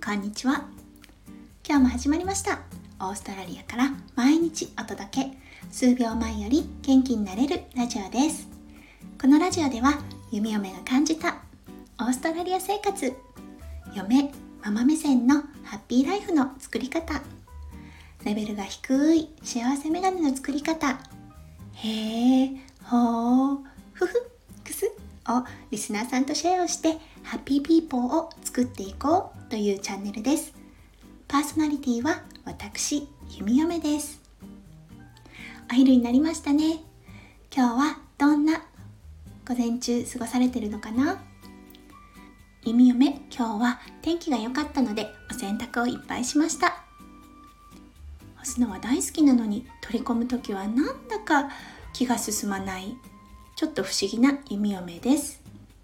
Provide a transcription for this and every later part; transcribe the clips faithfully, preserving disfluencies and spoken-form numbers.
こんにちは。今日も始まりました。オーストラリアから毎日お届け、数秒前より元気になれるラジオです。このラジオでは弓嫁が感じたオーストラリア生活、嫁ママ目線のハッピーライフの作り方、レベルが低い幸せメガネの作り方、へーほーふふくすをリスナーさんとシェアをしてハッピーピーポーを作っていこうというチャンネルです。パーソナリティは私、弓嫁です。お昼になりましたね。今日はどんな午前中過ごされてるのかな。弓嫁、今日は天気が良かったのでお洗濯をいっぱいしました。干すのは大好きなのに取り込むときはなんだか気が進まないちょっと不思議な弓嫁です。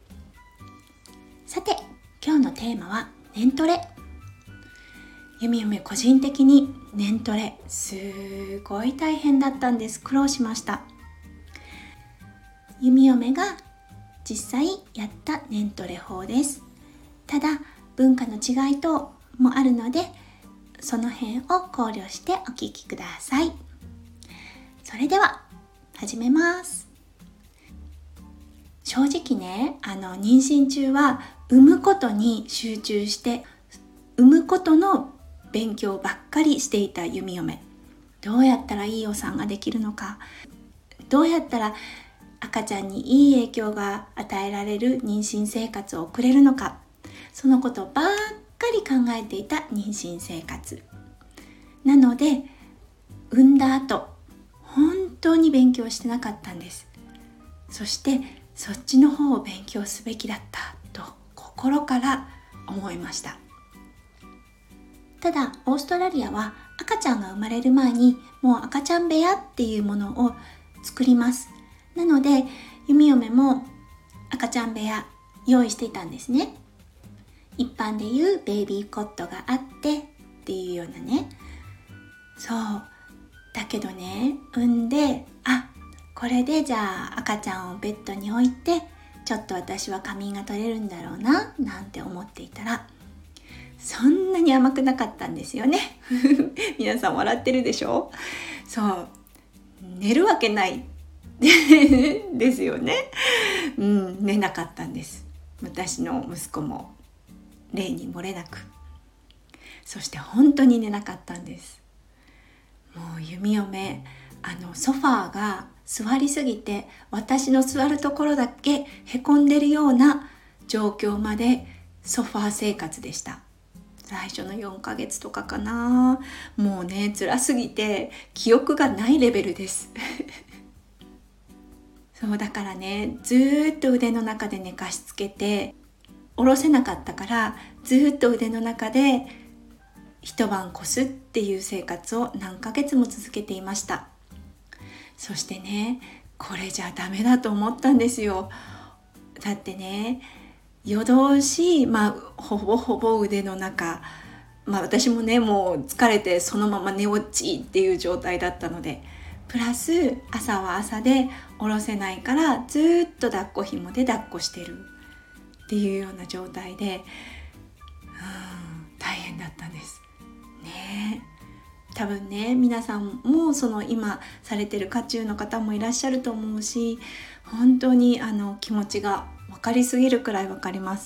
さて、今日のテーマは年トレ。弓嫁個人的に年トレすごい大変だったんです。苦労しました。弓嫁が実際やった年トレ法です。ただ文化の違い等もあるので、その辺を考慮してお聞きください。それでは始めます。正直ね、あの妊娠中は産むことに集中して産むことの勉強ばっかりしていた弓嫁。どうやったらいいお産ができるのか、どうやったら赤ちゃんにいい影響が与えられる妊娠生活を送れるのか、そのことばっかり考えていた妊娠生活なので、産んだ後本当に勉強してなかったんです。そしてそっちの方を勉強すべきだったと心から思いました。ただオーストラリアは赤ちゃんが生まれる前にもう赤ちゃん部屋っていうものを作ります。なので弓嫁も赤ちゃん部屋用意していたんですね。一般でいうベイビーコットがあってっていうようなね。そうだけどね、産んであこれでじゃあ赤ちゃんをベッドに置いてちょっと私は仮眠が取れるんだろうななんて思っていたら、そんなに甘くなかったんですよね皆さん笑ってるでしょ。そう寝るわけないですよね。うん、寝なかったんです。私の息子も例に漏れなく。そして本当に寝なかったんです。もう弓嫁、あのソファーが座りすぎて私の座るところだけへこんでるような状況までソファー生活でした。最初のよんかげつとかかな。もうね、辛すぎて記憶がないレベルですそうだからね、ずっと腕の中で寝かしつけて下ろせなかったから、ずっと腕の中で一晩越すっていう生活を何ヶ月も続けていました。そしてね、これじゃダメだと思ったんですよ。だってね、夜通し、まあほぼほぼ腕の中、まあ私もねもう疲れてそのまま寝落ちっていう状態だったので、プラス朝は朝で下ろせないからずっと抱っこ紐で抱っこしてるっていうような状態で、うん、大変だったんですね。多分ね、皆さんもその今されてる渦中の方もいらっしゃると思うし、本当にあの気持ちが分かりすぎるくらい分かります。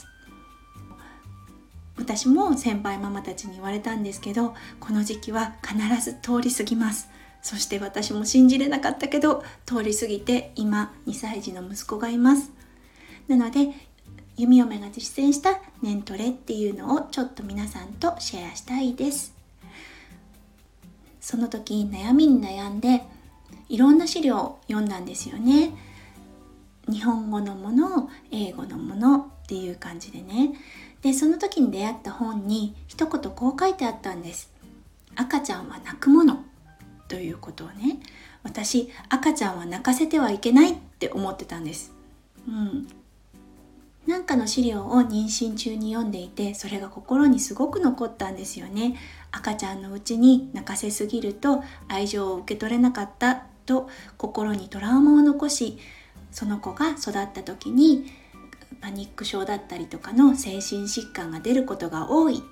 私も先輩ママたちに言われたんですけど、この時期は必ず通り過ぎます。そして私も信じれなかったけど通り過ぎて、今にさい児の息子がいます。なので弓嫁が実践した年トレっていうのをちょっと皆さんとシェアしたいです。その時悩みに悩んでいろんな資料を読んだんですよね。日本語のもの、英語のものっていう感じでね。で、その時に出会った本に一言こう書いてあったんです。赤ちゃんは泣くものということをね、私赤ちゃんは泣かせてはいけないって思ってたんです。うん。なんかの資料を妊娠中に読んでいて、それが心にすごく残ったんですよね。赤ちゃんのうちに泣かせすぎると愛情を受け取れなかったと心にトラウマを残し、その子が育った時にパニック症だったりとかの精神疾患が出ることが多いっ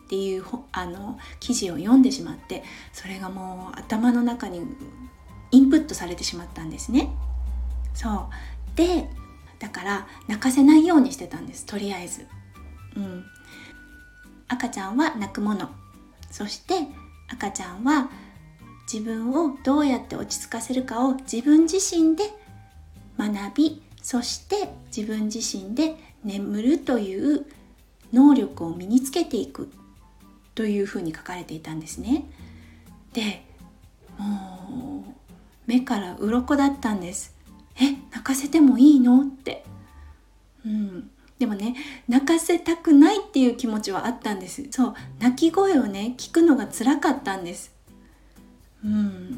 っていうあの記事を読んでしまって、それがもう頭の中にインプットされてしまったんですね。そうで、だから泣かせないようにしてたんです、とりあえず。うん、赤ちゃんは泣くもの、そして赤ちゃんは自分をどうやって落ち着かせるかを自分自身で学び、そして自分自身で眠るという能力を身につけていくというふうに書かれていたんですね。で、もう目から鱗だったんです。え、泣かせてもいいのって、うん、でもね、泣かせたくないっていう気持ちはあったんです。そう、泣き声をね聞くのが辛かったんです。うん、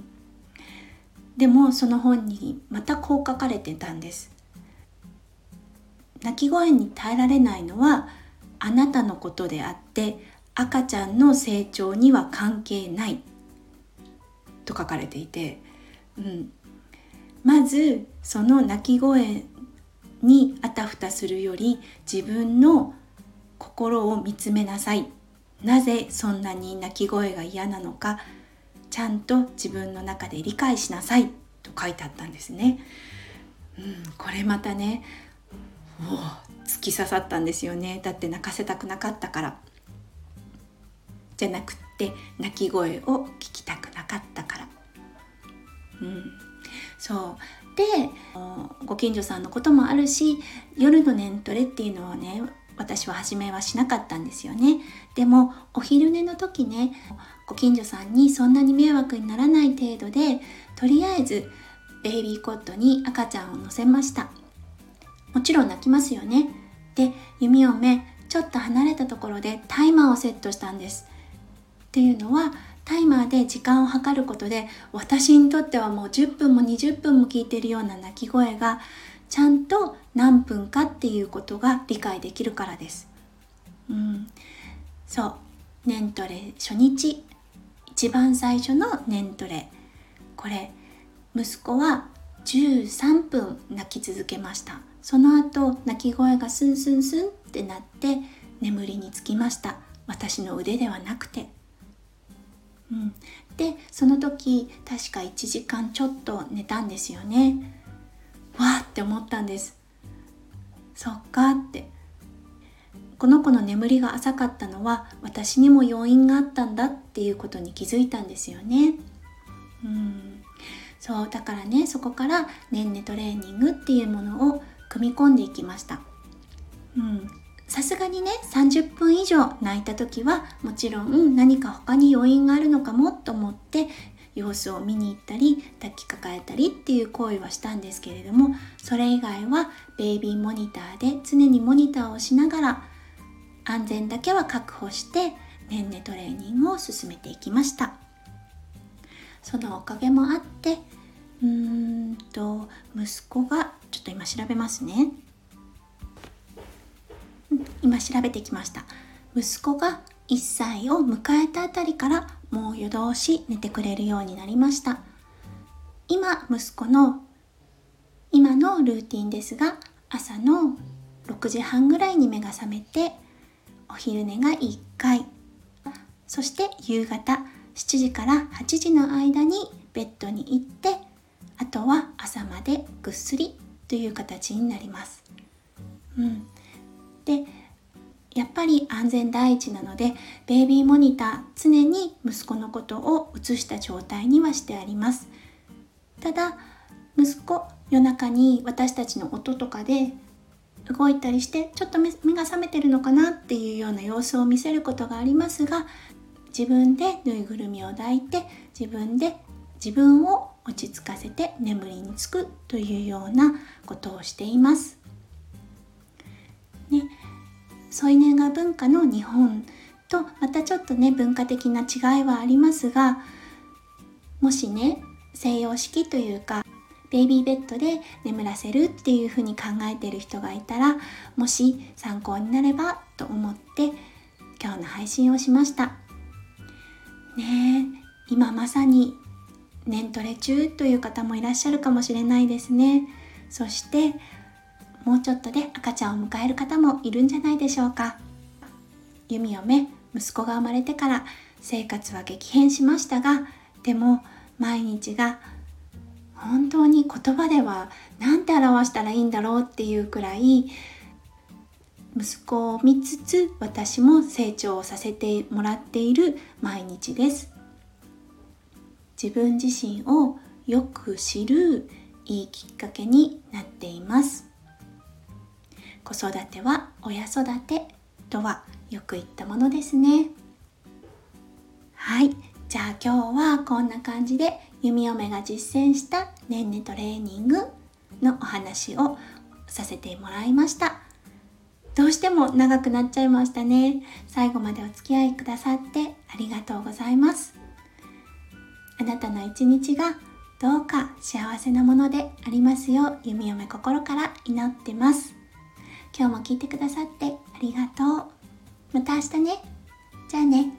でもその本にまたこう書かれてたんです。泣き声に耐えられないのはあなたのことであって赤ちゃんの成長には関係ないと書かれていて、うん、まずその泣き声にあたふたするより自分の心を見つめなさい。なぜそんなに泣き声が嫌なのかちゃんと自分の中で理解しなさいと書いてあったんですね。うん、これまたね、お突き刺さったんですよね。だって泣かせたくなかったから。じゃなくって泣き声を聞きたくなかったから。うん、そうで、ご近所さんのこともあるし、夜の年トレっていうのをね、私は初めはしなかったんですよね。でもお昼寝の時ね、ご近所さんにそんなに迷惑にならない程度で、とりあえずベイビーコットに赤ちゃんを乗せました。もちろん泣きますよね。で、弓嫁ちょっと離れたところでタイマーをセットしたんです。っていうのは、タイマーで時間を計ることで、私にとってはもうじゅっぷんもにじゅっぷんも聞いているような泣き声がちゃんと何分かっていうことが理解できるからです。うん、そう、年トレ初日、一番最初の年トレ、これ息子はじゅうさんぷん泣き続けました。その後泣き声がスンスンスンってなって眠りにつきました。私の腕ではなくて、うん、でその時確かいちじかんちょっと寝たんですよね。わーって思ったんです。そっかって、この子の眠りが浅かったのは私にも要因があったんだっていうことに気づいたんですよね。うん、そうだからね、そこからねんねトレーニングっていうものを組み込んでいきました。うん、さすがにねさんじゅっぷん以上泣いた時はもちろん何か他に要因があるのかもと思って様子を見に行ったり抱きかかえたりっていう行為はしたんですけれども、それ以外はベイビーモニターで常にモニターをしながら安全だけは確保してねんねトレーニングを進めていきました。そのおかげもあってうーんと息子がちょっと今調べますね。今調べてきました。息子がいっさいを迎えたあたりからもう夜通し寝てくれるようになりました。今息子の今のルーティンですが、朝のろくじはんぐらいに目が覚めてお昼寝がいっかい、そして夕方しちじからはちじの間にベッドに行って、あとは朝までぐっすりという形になります。うん、でやっぱり安全第一なのでベイビーモニター常に息子のことを映した状態にはしてあります。ただ息子夜中に私たちの音とかで動いたりしてちょっと目が覚めてるのかなっていうような様子を見せることがありますが、自分でぬいぐるみを抱いて自分で自分を落ち着かせて眠りにつくというようなことをしています、ね、添い寝が文化の日本とまたちょっとね文化的な違いはありますが、もしね西洋式というかベイビーベッドで眠らせるっていうふうに考えている人がいたら、もし参考になればと思って今日の配信をしましたね。え今まさに年トレ中という方もいらっしゃるかもしれないですね。そしてもうちょっとで赤ちゃんを迎える方もいるんじゃないでしょうか。弓嫁息子が生まれてから生活は激変しましたが、でも毎日が本当に言葉ではなんて表したらいいんだろうっていうくらい、息子を見つつ私も成長させてもらっている毎日です。自分自身をよく知るいいきっかけになっています。子育ては親育てとはよく言ったものですね。はい、じゃあ今日はこんな感じで弓嫁が実践したねんねトレーニングのお話をさせてもらいました。どうしても長くなっちゃいましたね。最後までお付き合いくださってありがとうございます。あなたの一日がどうか幸せなものでありますよう、弓嫁心から祈ってます。今日も聞いてくださってありがとう。また明日ね。じゃあね。